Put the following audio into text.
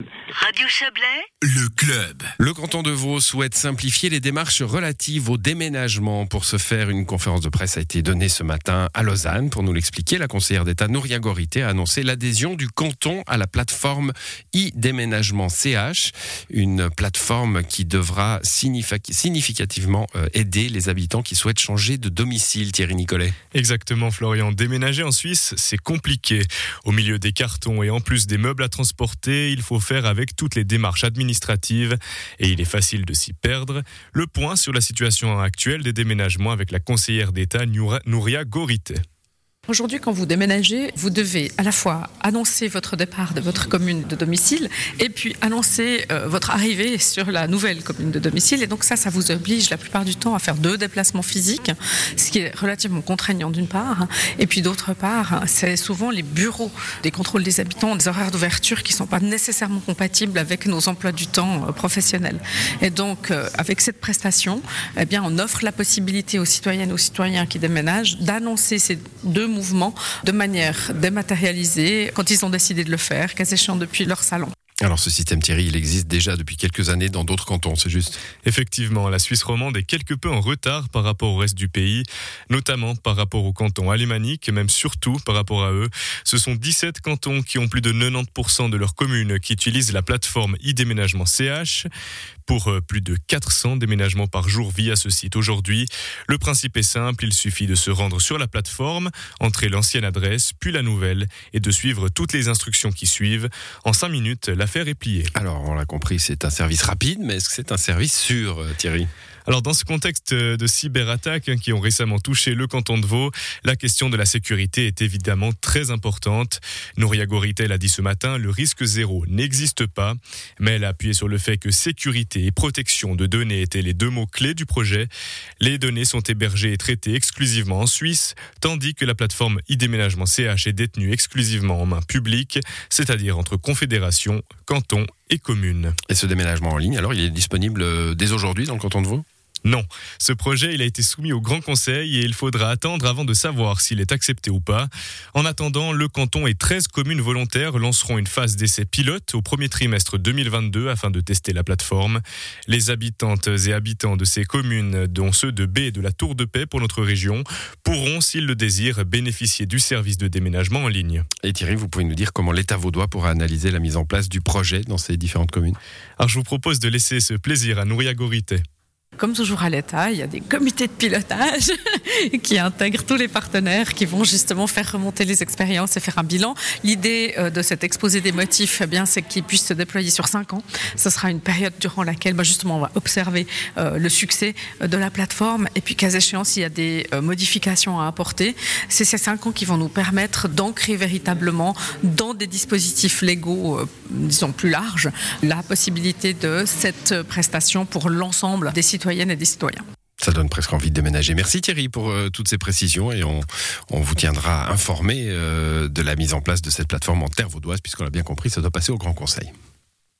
Radio Chablais, le club. Le canton de Vaud souhaite simplifier les démarches relatives au déménagement. Pour ce faire, une conférence de presse a été donnée ce matin à Lausanne. Pour nous l'expliquer, la conseillère d'État Nouria Gorité a annoncé l'adhésion du canton à la plateforme e-déménagement CH, une plateforme qui devra significativement aider les habitants qui souhaitent changer de domicile. Thierry Nicolet. Exactement, Florian. Déménager en Suisse, c'est compliqué. Au milieu des cartons et en plus des meubles à transporter, il faut faire avec toutes les démarches administratives et il est facile de s'y perdre. Le point sur la situation actuelle des déménagements avec la conseillère d'État Nouria Gorité. Aujourd'hui, quand vous déménagez, vous devez à la fois annoncer votre départ de votre commune de domicile et puis annoncer votre arrivée sur la nouvelle commune de domicile. Et donc ça vous oblige la plupart du temps à faire 2 déplacements physiques, ce qui est relativement contraignant d'une part. Et puis d'autre part, c'est souvent les bureaux des contrôles des habitants, des horaires d'ouverture qui ne sont pas nécessairement compatibles avec nos emplois du temps professionnels. Et donc, avec cette prestation, eh bien, on offre la possibilité aux citoyennes et aux citoyens qui déménagent d'annoncer ces 2 mouvements de manière dématérialisée quand ils ont décidé de le faire, cas échéant depuis leur salon. Alors ce système, Thierry, il existe déjà depuis quelques années dans d'autres cantons, c'est juste? Effectivement, la Suisse romande est quelque peu en retard par rapport au reste du pays, notamment par rapport au canton alémanique, et même surtout par rapport à eux. Ce sont 17 cantons qui ont plus de 90% de leurs communes qui utilisent la plateforme e-déménagement CH pour plus de 400 déménagements par jour via ce site aujourd'hui. Le principe est simple, il suffit de se rendre sur la plateforme, entrer l'ancienne adresse, puis la nouvelle, et de suivre toutes les instructions qui suivent. En 5 minutes, l'affaire est pliée. Alors, on l'a compris, c'est un service rapide, mais est-ce que c'est un service sûr, Thierry ? Alors, dans ce contexte de cyberattaques qui ont récemment touché le canton de Vaud, la question de la sécurité est évidemment très importante. Nouria Gorité l'a dit ce matin, le risque zéro n'existe pas, mais elle a appuyé sur le fait que sécurité et protection de données étaient les 2 mots clés du projet. Les données sont hébergées et traitées exclusivement en Suisse, tandis que la plateforme e-déménagement CH est détenue exclusivement en main publique, c'est-à-dire entre confédérations, cantons et communes. Et ce déménagement en ligne, alors il est disponible dès aujourd'hui dans le canton de Vaud ? Non, ce projet il a été soumis au Grand Conseil et il faudra attendre avant de savoir s'il est accepté ou pas. En attendant, le canton et 13 communes volontaires lanceront une phase d'essai pilote au premier trimestre 2022 afin de tester la plateforme. Les habitantes et habitants de ces communes, dont ceux de Baie et de la Tour de Paix pour notre région, pourront, s'ils le désirent, bénéficier du service de déménagement en ligne. Et Thierry, vous pouvez nous dire comment l'État vaudois pourra analyser la mise en place du projet dans ces différentes communes ? Alors je vous propose de laisser ce plaisir à Nouria Gorité. Comme toujours à l'État, il y a des comités de pilotage qui intègrent tous les partenaires qui vont justement faire remonter les expériences et faire un bilan. L'idée de cet exposé des motifs, eh bien, c'est qu'il puisse se déployer sur 5 ans. Ce sera une période durant laquelle justement on va observer le succès de la plateforme et puis cas échéant s'il y a des modifications à apporter. C'est ces 5 ans qui vont nous permettre d'ancrer véritablement dans des dispositifs légaux, disons plus larges, la possibilité de cette prestation pour l'ensemble des citoyennes et des citoyens. Ça donne presque envie de déménager. Merci Thierry pour toutes ces précisions et on vous tiendra informé de la mise en place de cette plateforme en terre vaudoise puisqu'on l'a bien compris, ça doit passer au Grand Conseil.